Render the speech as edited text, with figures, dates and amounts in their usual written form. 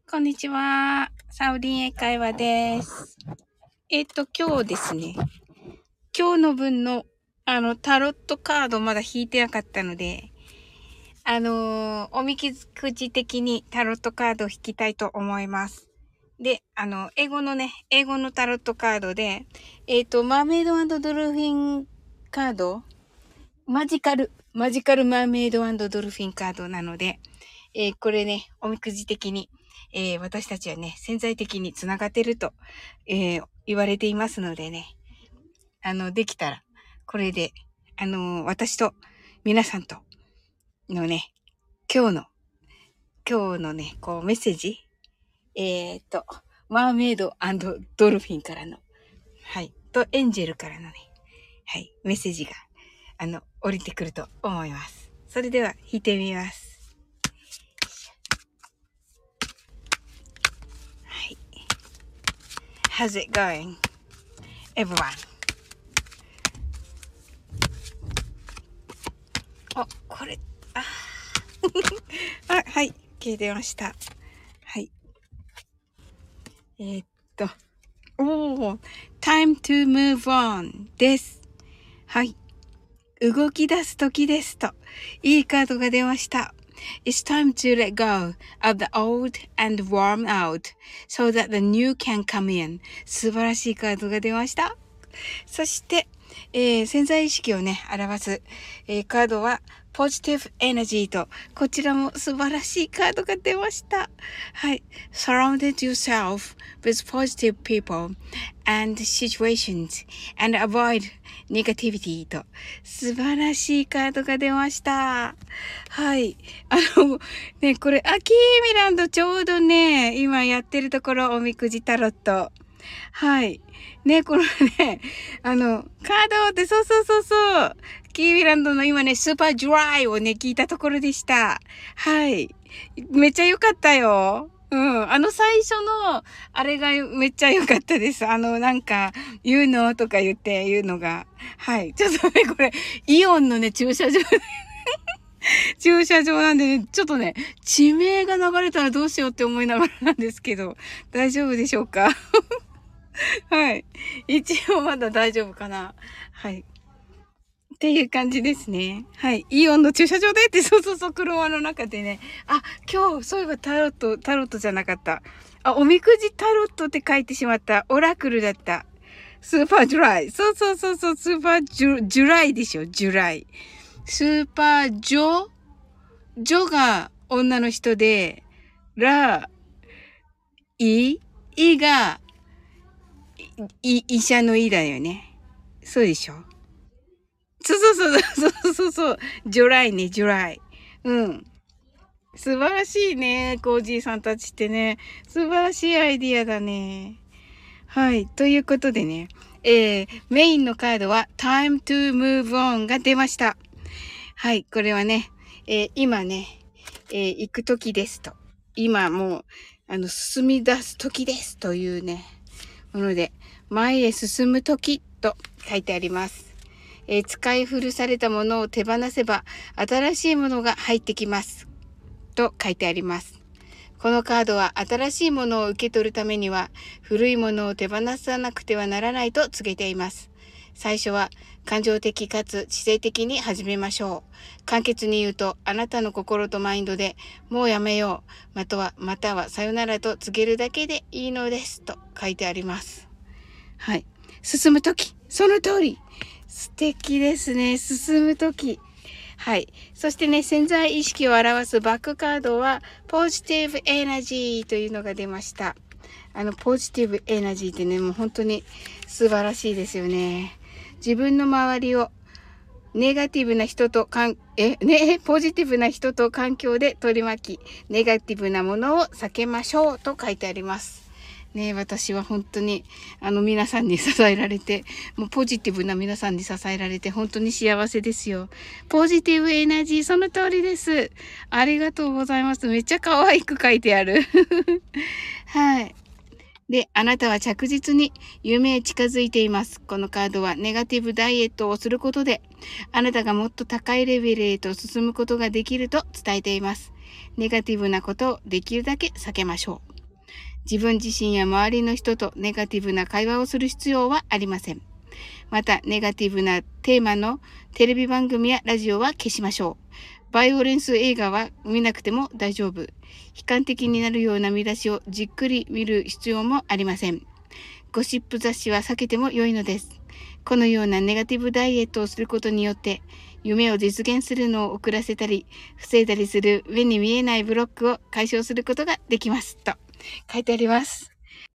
こんにちは。サウディン英会話です。今日ですね、今日の分の、タロットカードまだ引いてなかったので、おみくじ的にタロットカードを引きたいと思います。で、英語のタロットカードで、マーメイド&ドルフィンカード、マジカルマーメイド&ドルフィンカードなので、これね、おみくじ的に、私たちはね、潜在的につながってると、言われていますのでね、できたら、これで、私と皆さんとのね、今日のね、こうメッセージ、マーメイド&ドルフィンからの、はい、とエンジェルからのね、はい、メッセージが、降りてくると思います。それでは、弾いてみます。はい。How's it going, everyone? これ、はい、消えてました。はい。time to move on です。はい。動き出す時ですと、いいカードが出ました。It's time to let go of the old and warm out so that the new can come in. 素晴らしいカードが出ました。そして、潜在意識をね、表す、カードは、ポジティブエナジーと、こちらも素晴らしいカードが出ました。はい。Surrounded yourself with positive people and situations and avoid negativity と、素晴らしいカードが出ました。はい。ね、これ、キーミランドちょうどね、今やってるところ、おみくじタロット。はい。ね、このね、カードって、そう。キーウィランドの今ね、スーパードライをね、聞いたところでした。はい。めっちゃ良かったよ。最初の、あれがめっちゃ良かったです。なんか、言うのとか言うのが。はい。ちょっとね、これ、イオンのね、駐車場なんでね、ちょっとね、地名が流れたらどうしようって思いながらなんですけど、大丈夫でしょうか？はい。一応まだ大丈夫かな。はい。っていう感じですね。はい。イオンの駐車場でって、そう、車の中でね。今日、そういえばタロットじゃなかった。おみくじタロットって書いてしまった。オラクルだった。スーパージュライ。そう、スーパージュライでしょ、ジュライ。スーパージョが女の人で、イが、医者の医だよね。そうでしょ。そう。ジュライね、ジュライ。うん。素晴らしいね、コージーさんたちってね。素晴らしいアイディアだね。はい。ということでね、メインのカードは Time to Move On が出ました。はい。これはね、今ね、行く時ですと。今もう、進み出す時ですというね、もので、前へ進む時と書いてあります。使い古されたものを手放せば、新しいものが入ってきます。と書いてあります。このカードは新しいものを受け取るためには、古いものを手放さなくてはならないと告げています。最初は感情的かつ知性的に始めましょう。簡潔に言うと、あなたの心とマインドでもうやめよう、またはさよならと告げるだけでいいのです。と書いてあります。はい。進むとき、その通り。素敵ですね。進むとき。はい。そしてね、潜在意識を表すバックカードは、ポジティブエナジーというのが出ました。ポジティブエナジーってね、もう本当に素晴らしいですよね。自分の周りをネガティブな人とポジティブな人と環境で取り巻き、ネガティブなものを避けましょうと書いてあります。ね、私は本当に、皆さんに支えられて、もうポジティブな皆さんに支えられて、本当に幸せですよ。ポジティブエナジー、その通りです。ありがとうございます。めっちゃ可愛く書いてある。はい。で、あなたは着実に夢へ近づいています。このカードはネガティブダイエットをすることで、あなたがもっと高いレベルへと進むことができると伝えています。ネガティブなことをできるだけ避けましょう。 自分自身や周りの人とネガティブな会話をする必要はありません。また、ネガティブなテーマのテレビ番組やラジオは消しましょう。バイオレンス映画は見なくても大丈夫。悲観的になるような見出しをじっくり見る必要もありません。ゴシップ雑誌は避けても良いのです。このようなネガティブダイエットをすることによって、夢を実現するのを遅らせたり、防いだりする目に見えないブロックを解消することができます。と書いてあります。